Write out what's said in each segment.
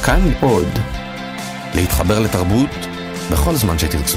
כאן עוד. להתחבר לתרבות בכל זמן שתרצו.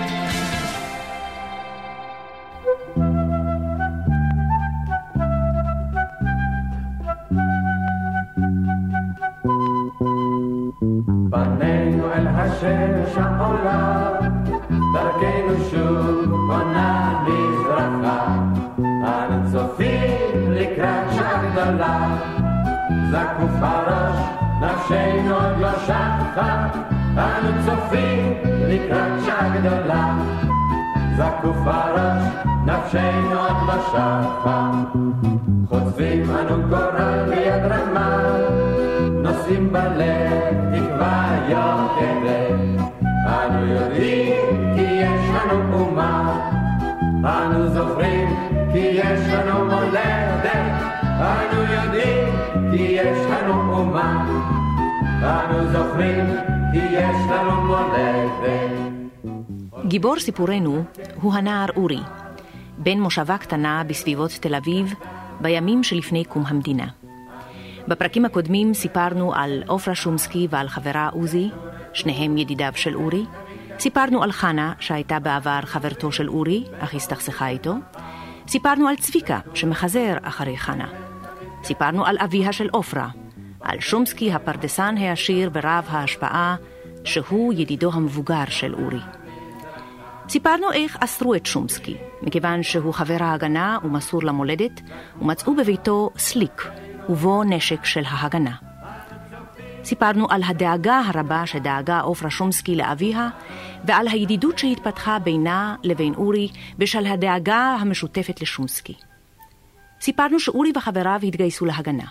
פנינו אל השמש העולה, דרכנו שוב עונה מזרחה, אנו צופים לקראת שעה גדולה, זקוף הראש, נפשנו עוד לא שחה, אנו צופים לקראת שעה גדולה, זקוף הראש, נפשנו עוד לא שחה, חוצבים אנו גורל ביד רמה, נושאים בלב תקווה יוקדת, אנו יודעים כי יש לנו אומה, אנו זוכרים כי יש לנו מולדת, אנו יודעים כי יש לנו אומה, אנו זוכרים כי יש לנו מולדת. גיבור סיפורנו הוא הנער אורי, בן מושבה קטנה בסביבות תל אביב בימים שלפני קום המדינה. בפרקים הקודמים סיפרנו על עופרה שומסקי ועל חברה עוזי, שניהם ידידיו של אורי. סיפרנו על חנה, שהייתה בעבר חברתו של אורי, אך הסתכסכה איתו. סיפרנו על צביקה, שמחזר אחרי חנה. סיפרנו על אביה של עופרה, על שומסקי הפרדסן העשיר ורב ההשפעה, שהוא ידידו המבוגר של אורי. סיפרנו איך אסרו את שומסקי, מכיוון שהוא חבר ההגנה ומסור למולדת, ומצאו בביתו סליק, ובו נשק של ההגנה. סיפרנו על הדאגה הרבה שדאגה עופרה שומסקי לאביה, ועל הידידות שהתפתחה בינה לבין אורי בשל הדאגה המשותפת לשומסקי. סיפרנו שאורי וחבריו התגייסו להגנה.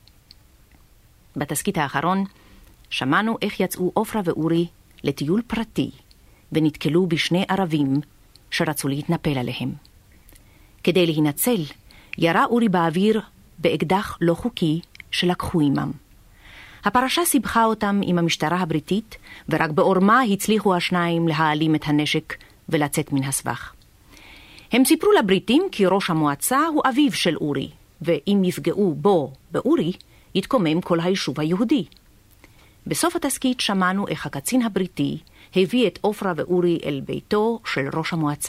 בתסקית האחרון שמענו איך יצאו עופרה ואורי לטיול פרטי, ונתקלו בשני ערבים שרצו להתנפל עליהם. כדי להינצל, ירה אורי באוויר באקדח לא חוקי שלקחו עמם. הפרשה סיבכה אותם עם המשטרה הבריטית, ורק באורמה הצליחו השניים להעלים את הנשק ולצאת מן הסבך. הם סיפרו לבריטים כי ראש המועצה הוא אביו של אורי, ואם יפגעו בו, באורי, יתקומם כל היישוב היהודי. בסוף התסקית שמענו איך הקצין הבריטי הביא את עופרה ואורי אל ביתו של ראש המועצה.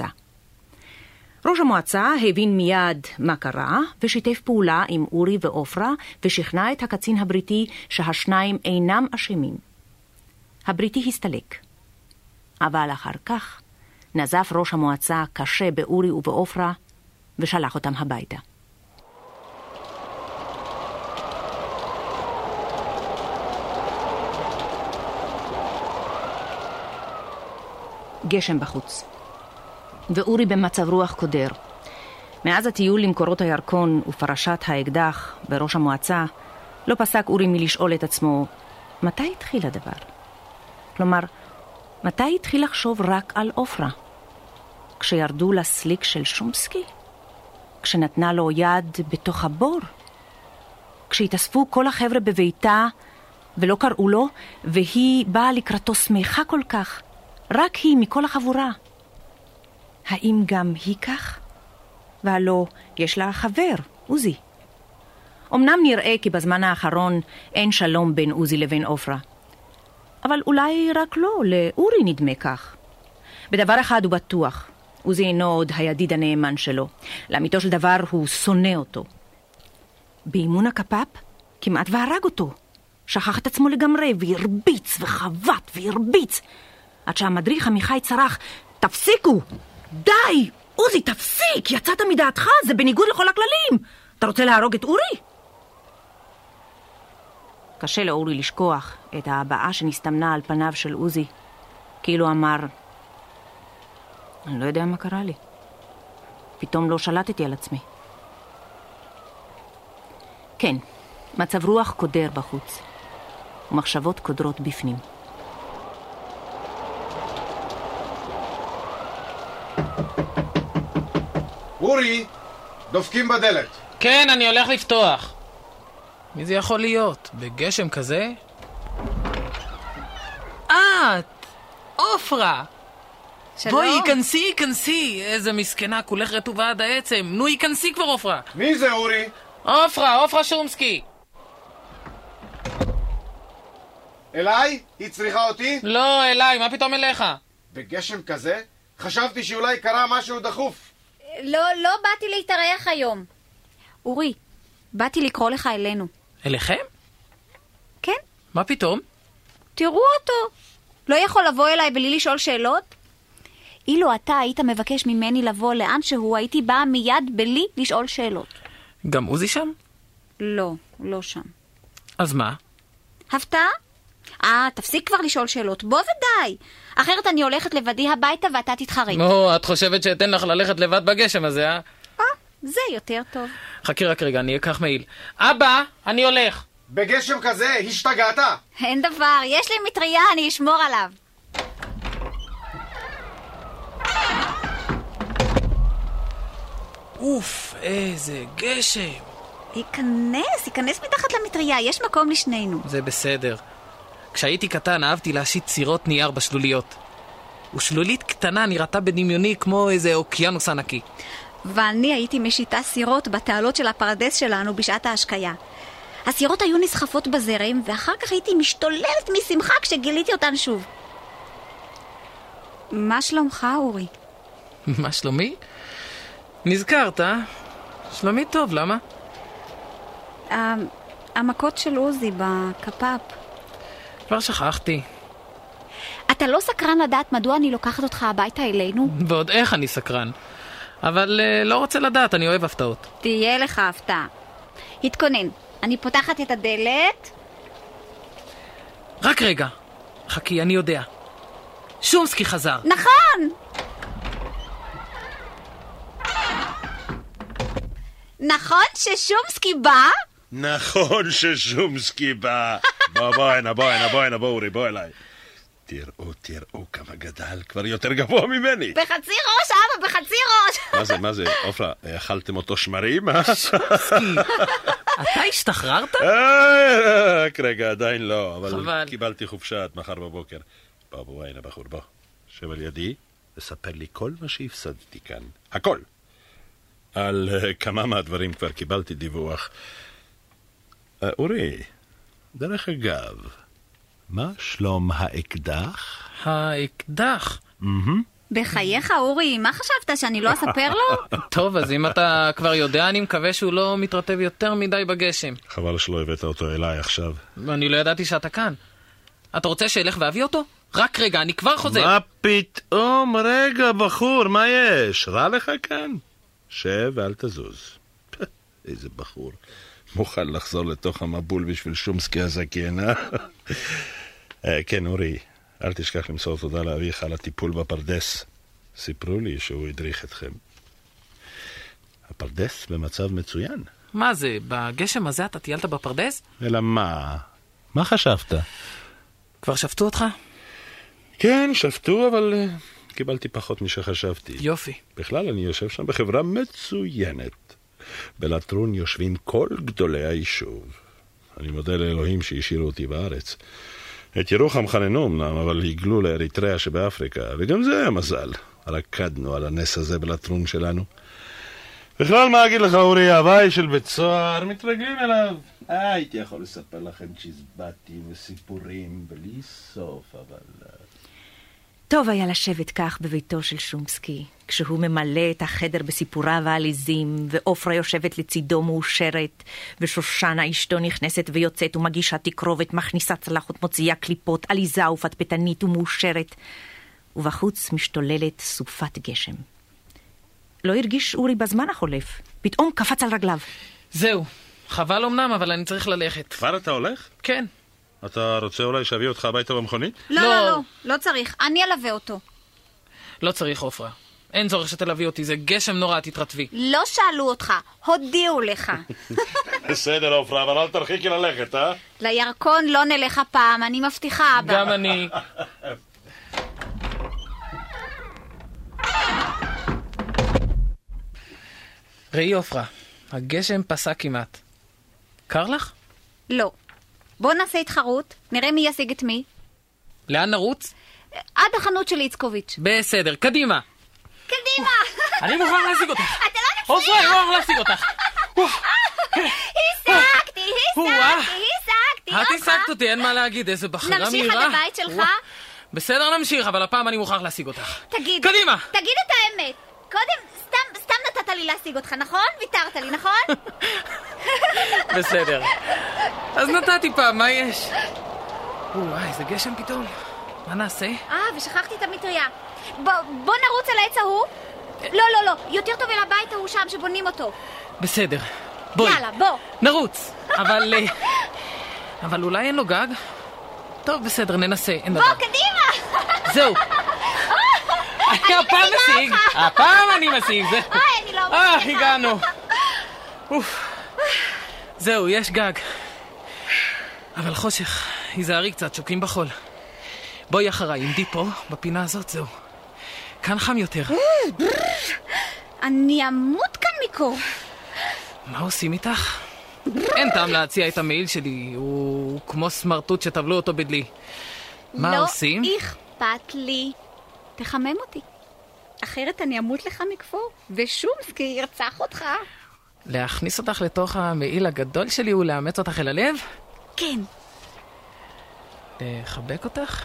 ראש המועצה הבין מיד מה קרה ושיתף פעולה עם אורי ועופרה ושכנע את הקצין הבריטי שהשניים אינם אשמים. הבריטי הסתלק. אבל אחר כך נזף ראש המועצה קשה באורי ובעופרה ושלח אותם הביתה. גשם בחוץ. ואורי במצב רוח קודר. מאז הטיול למקורות הירקון ופרשת האקדח בראש המועצה, לא פסק אורי מלשאול את עצמו, מתי התחיל הדבר? כלומר, מתי התחיל לחשוב רק על עופרה? כשירדו לסליק של שומסקי? כשנתנה לו יד בתוך הבור? כשהתאספו כל החבר'ה בביתה ולא קראו לו, והיא באה לקראתו שמחה כל כך, רק היא מכל החבורה. האם גם היא כך? והלא, יש לה חבר, עוזי. אמנם נראה כי בזמן האחרון אין שלום בין עוזי לבין עופרה. אבל אולי רק לא, לאורי נדמה כך. בדבר אחד הוא בטוח, עוזי אינו עוד הידיד הנאמן שלו. לאמיתו של דבר הוא שונא אותו. באימון הקפ"פ כמעט והרג אותו. שכח את עצמו לגמרי והרביץ וחבט והרביץ. עד שהמדריך עמיחי צרח, תפסיקו! די! עוזי, תפסיק! יצאת מדעתך, זה בניגוד לכל הכללים! אתה רוצה להרוג את אורי? קשה לאורי לשכוח את ההבעה שנסתמנה על פניו של עוזי, כאילו אמר, אני לא יודע מה קרה לי. פתאום לא שלטתי על עצמי. כן, מצב רוח קודר בחוץ, ומחשבות קודרות בפנים. אורי, דופקים בדלת. כן, אני הולך לפתוח. מי זה יכול להיות? בגשם כזה? את! עופרה! שלום. בואי, כנסי. איזה מסכנה, כולך רטובה עד העצם. נו, כנסי כבר, עופרה. מי זה, אורי? עופרה שומסקי. אליי? היא צריכה אותי? לא, אליי, מה פתאום אליך? בגשם כזה? חשבתי שאולי קרה משהו דחוף. לא באתי להתארח היום. אורי, באתי לקרוא לך אלינו. אליכם? כן? מה פתאום? תראו אותו. לא יכול לבוא אליי בלי לשאול שאלות? אילו אתה היית מבקש ממני לבוא לאן שהוא, הייתי באה מיד בלי לשאול שאלות. גם עוזי שם? לא שם. אז מה? הפתעה? תפסיק כבר לשאול שאלות, בוא ודי. אחרת אני הולכת לבדי הביתה ואתה תתחרט. את חושבת שאתן לך ללכת לבד בגשם הזה, אה? זה יותר טוב. חכי רק רגע, אני אקח מעיל. אבא, אני הולך. בגשם כזה? השתגעת? אין דבר, יש לי מטריה, אני אשמור עליו. אוף, איזה גשם. ייכנס מתחת למטריה, יש מקום לשנינו. זה בסדר. כשהייתי קטן אהבתי להשית סירות נייר בשלוליות. ושלולית קטנה נראתה בדמיוני כמו איזה אוקיינוס ענקי. ואני הייתי משיטה סירות בתעלות של הפרדס שלנו בשעת ההשקיה. הסירות היו נסחפות בזרם, ואחר כך הייתי משתוללת משמחה כשגיליתי אותן שוב. מה שלומך, אורי? מה שלומי? נזכרת, אה? שלומי טוב, למה? המכות של עוזי בקפאפ. כבר שכחתי. אתה לא סקרן לדעת מדוע אני לוקחת אותך הביתה אלינו? ועוד איך אני סקרן. אבל לא רוצה לדעת, אני אוהב הפתעות. תהיה לך הפתעה. התכונן, אני פותחת את הדלת. רק רגע. חכי, אני יודע. שומסקי חזר. נכון! נכון ששומסקי בא? נכון ששומסקי בא. בוא הנה, אורי, בוא אליי. תראו כמה גדל, כבר יותר גבוה ממני. בחצי ראש, אבא, בחצי ראש. מה זה, עופרה, אכלתם אותו שמרים? שומסקי, אתה השתחררת? רק רגע, עדיין לא, אבל חבל. קיבלתי חופשה עד מחר בבוקר. בוא, הנה בחור, בוא. שב על ידי, וספר לי כל מה שהפסדתי כאן. הכל. על כמה מהדברים כבר קיבלתי דיווח. אורי, דרך אגב, מה שלום האקדח? האקדח? בחייך, אורי, מה חשבת, שאני לא אספר לו? טוב, אז אם אתה כבר יודע, אני מקווה שהוא לא מתרטב יותר מדי בגשם. חבל שלא הבאת אותו אליי עכשיו. אני לא ידעתי שאתה כאן. אתה רוצה שאלך ואביא אותו? רק רגע, אני כבר חוזר. מה פתאום? רגע, בחור, מה יש? רע לך כאן? שב ואל תזוז. איזה בחור. מוכן לחזור לתוך המבול בשביל שומסקי הזקן, כן, אורי, אל תשכח למסור תודה לאביך על הטיפול בפרדס. סיפרו לי שהוא הדריך אתכם. הפרדס במצב מצוין. מה זה, בגשם הזה אתה טיילת בפרדס? אלא מה? מה חשבת? כבר שפטו אותך? כן, שפטו, אבל קיבלתי פחות משחשבתי. יופי. בכלל, אני יושב שם בחברה מצוינת. בלטרון יושבים כל גדולי היישוב. אני מודה לאלוהים שהשאירו אותי בארץ. את ירוחם חננו אמנם, אבל הגלו לאריתריאה שבאפריקה, וגם זה היה מזל. רקדנו על הנס הזה בלטרון שלנו. בכלל, מה אגיד לך, אורי, הוואי של בית סוהר, מתרגלים אליו. הייתי יכול לספר לכם צ'יזבטים וסיפורים בלי סוף, אבל... טוב היה לשבת כך בביתו של שומסקי, כשהוא ממלא את החדר בסיפוריו העליזים, ואופרה יושבת לצידו מאושרת, ושושנה אשתו נכנסת ויוצאת ומגישה תקרובת, מכניסה צלחות, מוציאה קליפות, עליזה ופטפטנית ומאושרת, ובחוץ משתוללת סופת גשם. לא הרגיש אורי בזמן החולף, פתאום קפץ על רגליו. זהו, חבל אמנם, אבל אני צריך ללכת. כבר אתה הולך? כן. אתה רוצה אולי שאביא אותך הביתה במכונית? לא צריך, אני אלווה אותו. לא צריך, אופרה. אין צורך שתלווי אותי, זה גשם נורא, תתרטבי. לא שאלו אותך, הודיעו לך. בסדר, אופרה, אבל אל תרחיקי ללכת, אה? לירקון לא נלך הפעם, אני מבטיחה, אבא. גם אני. ראי, אופרה, הגשם פסק כמעט. קר לך? לא. בוא נעשה התחרות, נראה מי ישיג את מי. לאן נרוץ? עד החנות של איצקוביץ'. בסדר, קדימה. קדימה! אני מוכן להשיג אותך. אתה לא נצליח! אופרה, אני מוכן להשיג אותך. השגתי! תראה את אותך. השגת אותי, אין מה להגיד, איזה בחורה מהירה. נמשיך עד הבית שלך? וואו. בסדר, נמשיך, אבל הפעם אני מוכרח להשיג אותך. תגיד. קדימה! תגיד את האמת. קודם, סתם נתת לי להשיג אותך, נכון? ויתרת לי, נכון? בסדר. אז נתתי פעם, מה יש? וואי, זה גשם פתאום. מה נעשה? ושכחתי את המטריה. בוא נרוץ על העץ ההוא. לא, יותר טוב אל הבית ההוא שם שבונים אותו. בסדר. בואי. יאללה, בוא. נרוץ. אבל אולי אין לו גג? טוב, בסדר, ננסה, אין דבר. בוא, קדימה! זהו. הפעם משיג. הפעם אני משיג, זהו. אני לא אומרת לך. הגענו. זהו, יש גג. אבל חושך, היזהרי קצת, שוקים בחול. בואי אחריי, עמדי פה, בפינה הזאת, זהו. כאן חם יותר. אני אמות כאן מקור. מה עושים איתך? אין טעם להציע את המעיל שלי, הוא כמו סמרטוט שטבלו אותו בדלי. מה עושים? לא אכפת לי. תחמם אותי. אחרת אני אמות לך מכפור, ושומסקי ירצח אותך. להכניס אותך לתוך המעיל הגדול שלי ולאמץ אותך אל הלב? כן. לחבק אותך?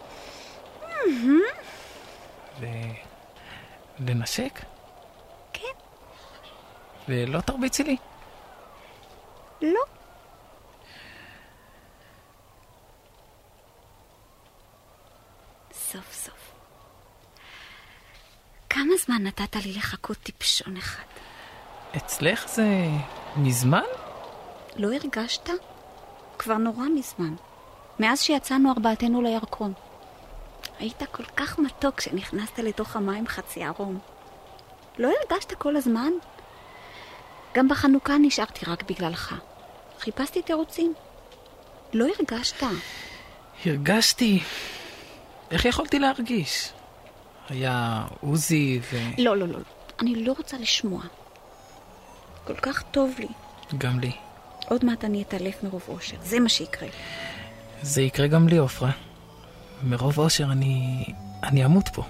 ולנשק? כן. ולא תרביצי לי? לא. סוף סוף. כמה זמן נתת לי לחכות טיפשון אחד? אצלך זה מזמן? לא הרגשת? כבר נורא מזמן. מאז שיצאנו ארבעתנו לירקון. היית כל כך מתוק כשנכנסת לתוך המים חצי ערום. לא הרגשת כל הזמן? גם בחנוכה נשארתי רק בגללך. חיפשתי תירוצים. לא הרגשת. הרגשתי. איך יכולתי להרגיש? היה עוזי לא. אני לא רוצה לשמוע. כל כך טוב לי. גם לי. עוד מעט אני אתעלף מרוב אושר. זה מה שיקרה. זה יקרה גם לי, עופרה. מרוב אושר אני אמות פה.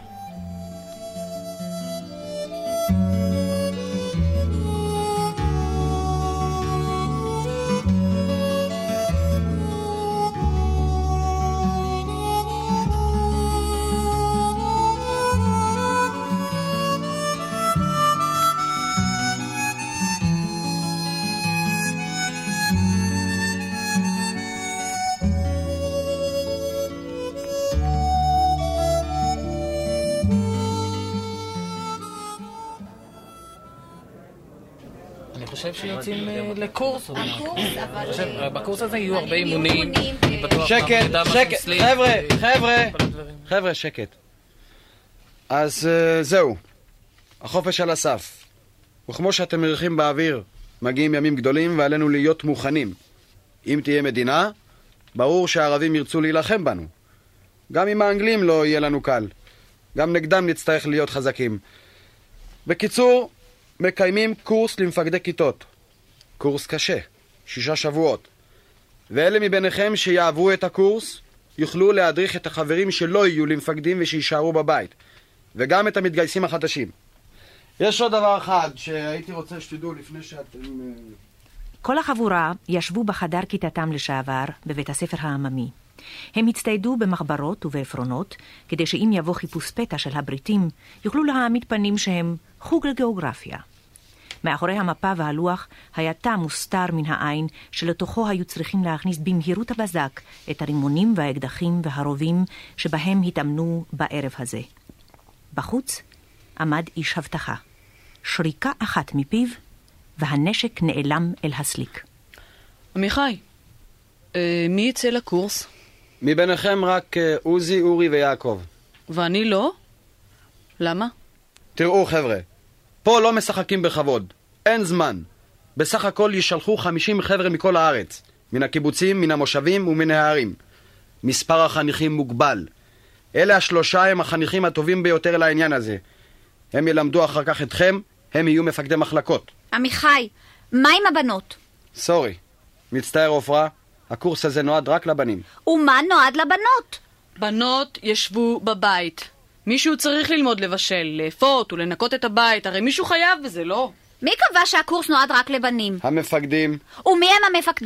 אני חושב שיוצאים לקורס. בקורס הזה יהיו הרבה אימונים. שקט, חבר'ה, שקט. אז זהו, החופש על הסף. וכמו שאתם מריחים באוויר, מגיעים ימים גדולים ועלינו להיות מוכנים. אם תהיה מדינה, ברור שהערבים ירצו להילחם בנו. גם אם האנגלים לא יהיה לנו קל. גם נגדם נצטרך להיות חזקים. בקיצור, מקיימים קורס למפקדי כיתות. קורס קשה, 6 שבועות. ואלה מביניכם שיעברו את הקורס יוכלו להדריך את החברים שלא יהיו למפקדים ושישארו בבית. וגם את המתגייסים החדשים. יש עוד דבר אחד שהייתי רוצה שתדעו לפני שאתם... כל החבורה ישבו בחדר כיתתם לשעבר בבית הספר העממי. הם הצטיידו במחברות ובעפרונות, כדי שאם יבוא חיפוש פתע של הבריטים, יוכלו להעמיד פנים שהם חוג לגיאוגרפיה. מאחורי המפה והלוח היה תא מוסתר מן העין, שלתוכו היו צריכים להכניס במהירות הבזק את הרימונים והאקדחים והרובים שבהם התאמנו בערב הזה. בחוץ עמד איש הבטחה. שריקה אחת מפיו, והנשק נעלם אל הסליק. עמיחי, מי יצא לקורס? מביניכם רק עוזי, אורי ויעקב. ואני לא? למה? תראו חבר'ה, פה לא משחקים בכבוד. אין זמן. בסך הכל ישלחו 50 חבר'ה מכל הארץ. מן הקיבוצים, מן המושבים ומן הערים. מספר החניכים מוגבל. אלה 3 הם החניכים הטובים ביותר לעניין הזה. הם ילמדו אחר כך אתכם, הם יהיו מפקדי מחלקות. עמיחי, מה עם הבנות? סורי, מצטער עופרה, הקורס הזה נועד רק לבנים. ומה נועד לבנות? בנות ישבו בבית. מישהו צריך ללמוד לבשל, לאפות ולנקות את הבית, הרי מישהו חייב בזה, לא? מי קבע שהקורס נועד רק לבנים? המפקדים. ומי הם המפקדים?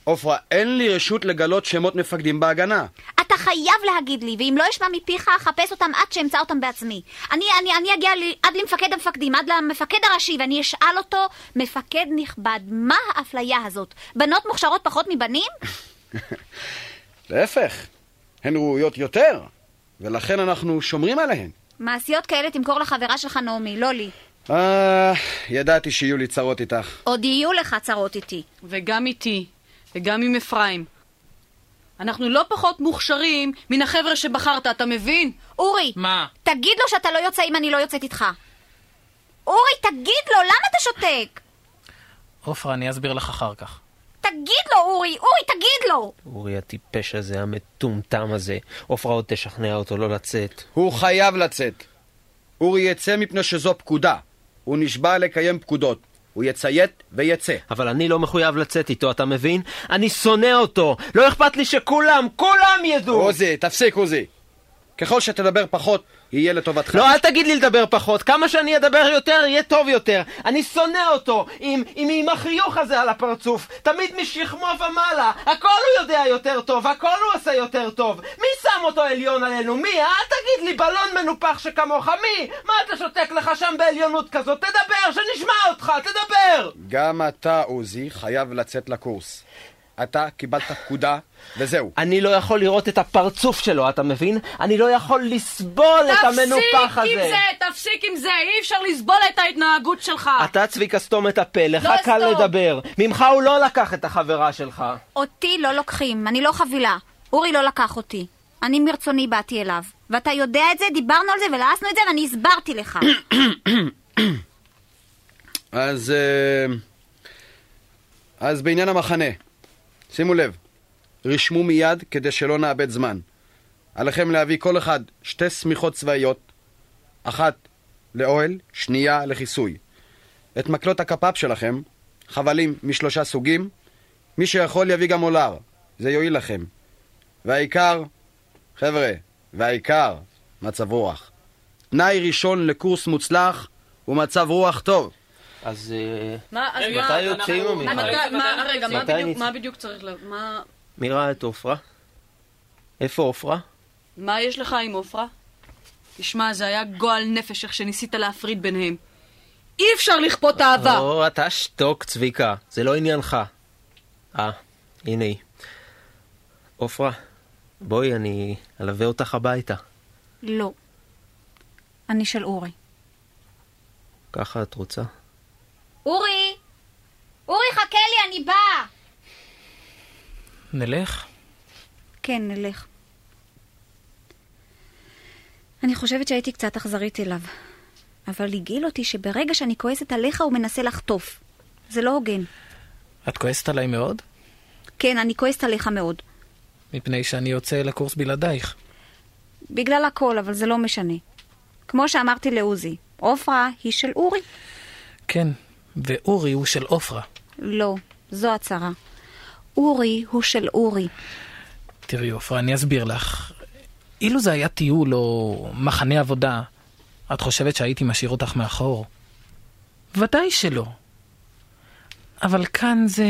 עופרה, אין לי רשות לגלות שמות מפקדים בהגנה. אתה חייב להגיד לי, ואם לא אשמע מפיך, אחפש אותם עד שאמצא אותם בעצמי. אני אגיע עד למפקד המפקדים, עד למפקד הראשי, ואני אשאל אותו, מפקד נכבד, מה האפליה הזאת? בנות מוכשרות פחות מבנים? להפך, הן ראויות יותר, ולכן אנחנו שומרים עליהן. מעשיות כאלה תמכור לחברה שלך נעמי, לא לי. ידעתי שיהיו לי צרות איתך. עוד יהיו לך צרות איתי. וגם איתי, וגם עם אפרים. אנחנו לא פחות מוכשרים מן החבר'ה שבחרת, אתה מבין? אורי, מה? תגיד לו שאתה לא יוצא אם אני לא יוצאת איתך. אורי, תגיד לו, למה אתה שותק? עופרה, אני אסביר לך אחר כך. תגיד לו, אורי, תגיד לו. אורי הטיפש הזה, המטומטם הזה. עופרה עוד תשכנע אותו לא לצאת. הוא חייב לצאת. אורי יצא מפני שזו פקודה. הוא נשבע לקיים פקודות. הוא יציית ויצא. אבל אני לא מחויב לצאת איתו, אתה מבין? אני שונא אותו. לא אכפת לי שכולם ידעו. עוזי, תפסיק עוזי. ככל שתדבר פחות, יהיה לטובתך. לא, אל תגיד לי לדבר פחות. כמה שאני אדבר יותר, יהיה טוב יותר. אני שונא אותו עם החיוך הזה על הפרצוף. תמיד משכמו ומעלה. הכל הוא יודע יותר טוב, הכל הוא עושה יותר טוב. מי שם אותו עליון עלינו? מי? אל תגיד לי בלון מנופח שכמוך. מי? מה אתה שותק לך שם בעליונות כזאת? תדבר, שנשמע אותך, תדבר. גם אתה, עוזי, חייב לצאת לקורס. אתה קיבלת פקודה, וזהו. אני לא יכול לראות את הפרצוף שלו, אתה מבין? אני לא יכול לסבול את המנופח הזה. תפסיק עם זה, אי אפשר לסבול את ההתנהגות שלך. אתה צביקה סתום את הפה, לך לא קל סתום. לדבר. ממך הוא לא לקח את החברה שלך. אותי לא לוקחים, אני לא חבילה. אורי לא לקח אותי. אני מרצוני באתי אליו. ואתה יודע את זה, דיברנו על זה ולעסנו את זה ואני הסברתי לך. אז בעניין המחנה, שימו לב, רשמו מיד כדי שלא נאבד זמן. עליכם להביא כל אחד 2 סמיכות צבאיות, אחת לאוהל, שנייה לכיסוי. את מקלות הקפ"פ שלכם, חבלים מ3 סוגים, מי שיכול יביא גם אולר, זה יועיל לכם. והעיקר, חבר'ה, והעיקר, מצב רוח. תנאי ראשון לקורס מוצלח ומצב רוח טוב. אז מתי יוצאים או מה בדיוק צריך מי ראה את עופרה? איפה עופרה? מה יש לך עם עופרה? תשמע, זה היה גועל נפש איך שניסית להפריד ביניהם. אי אפשר לכפות אהבה. או, אתה שתוק, צביקה, זה לא עניינך. הנה היא. עופרה, בואי, אני אלווה אותך הביתה. לא. אני של אורי. ככה את רוצה? אורי, חכה לי, אני באה. נלך? כן, נלך. אני חושבת שהייתי קצת אכזרית אליו. אבל הגיל אותי שברגע שאני כועסת עליך הוא מנסה לחטוף. זה לא הוגן. את כועסת עליי מאוד? כן, אני כועסת עליך מאוד. מפני שאני יוצא לקורס בלעדייך. בגלל הכל, אבל זה לא משנה. כמו שאמרתי לעוזי, עופרה היא של אורי. כן, ואורי הוא של עופרה. לא, זו הצרה. אורי הוא של אורי. תראי עופרה, אני אסביר לך. אילו זה היה טיול או מחנה עבודה, את חושבת שהייתי משאיר אותך מאחור? ודאי שלא. אבל כאן זה...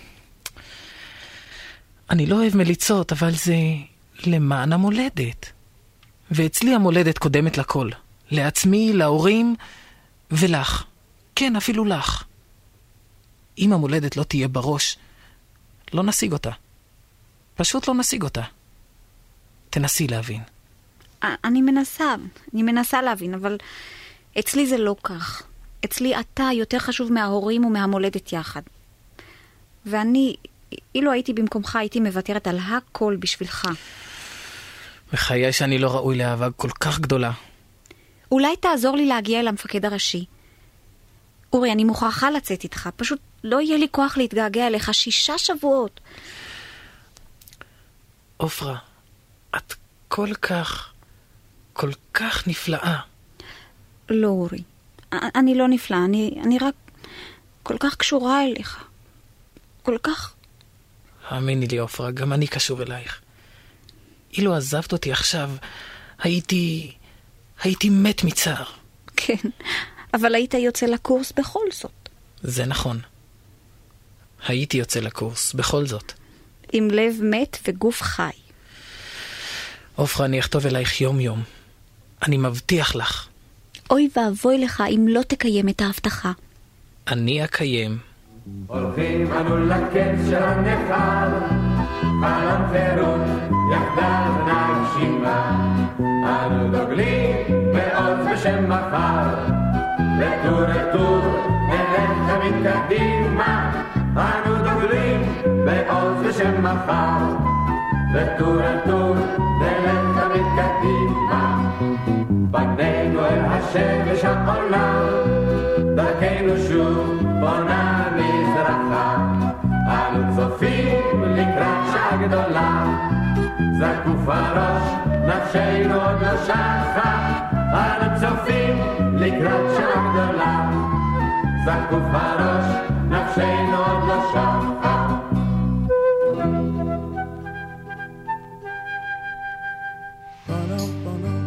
אני לא אוהב מליצות, אבל זה למען המולדת. ואצלי המולדת קודמת לכל. לעצמי, להורים ולך. כן, אפילו לך. אם המולדת לא תהיה בראש, לא נשיג אותה. פשוט לא נשיג אותה. תנסי להבין. אני מנסה להבין, אבל אצלי זה לא כך. אצלי אתה יותר חשוב מההורים ומהמולדת יחד. ואני, אילו הייתי במקומך, הייתי מוותרת על הכל בשבילך. בחיי שאני לא ראוי לאהבה כל כך גדולה. אולי תעזור לי להגיע אל המפקד הראשי. אורי, אני מוכרחה לצאת איתך. פשוט לא יהיה לי כוח להתגעגע אליך 6 שבועות. עופרה, את כל כך נפלאה. לא, אורי. אני לא נפלאה. אני רק כל כך קשורה אליך. כל כך... האמיני לי, עופרה, גם אני קשור אלייך. אילו עזבת אותי עכשיו, הייתי מת מצער. כן, אבל היית יוצא לקורס בכל זאת. זה נכון. הייתי יוצא לקורס בכל זאת. עם לב מת וגוף חי. עופרה, אני אכתוב אלייך יום יום. אני מבטיח לך. אוי ואבוי לך אם לא תקיים את ההבטחה. אני אקיים. הולכים אנו לקץ של הנחל, חלום חירות יחדיו נגשימה, אנו דוגלים בעוז בשם מחר, לטור לטור נלך תמיד קדימה, אנו דוגלים בעוז בשם מחר, לטור לטור נלך תמיד קדימה, פנינו אל השמש העולה, דרכנו שוב בונה מזרחה, אנו צופים לקראת שעה גדולה, זקוף הראש, נפשנו עוד לא שחה, אנו צופים לקראת שעה גדולה, זקוף הראש, נפשנו עוד לא שחה.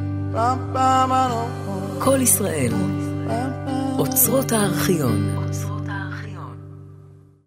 כל ישראל, אוצרות הארכיון.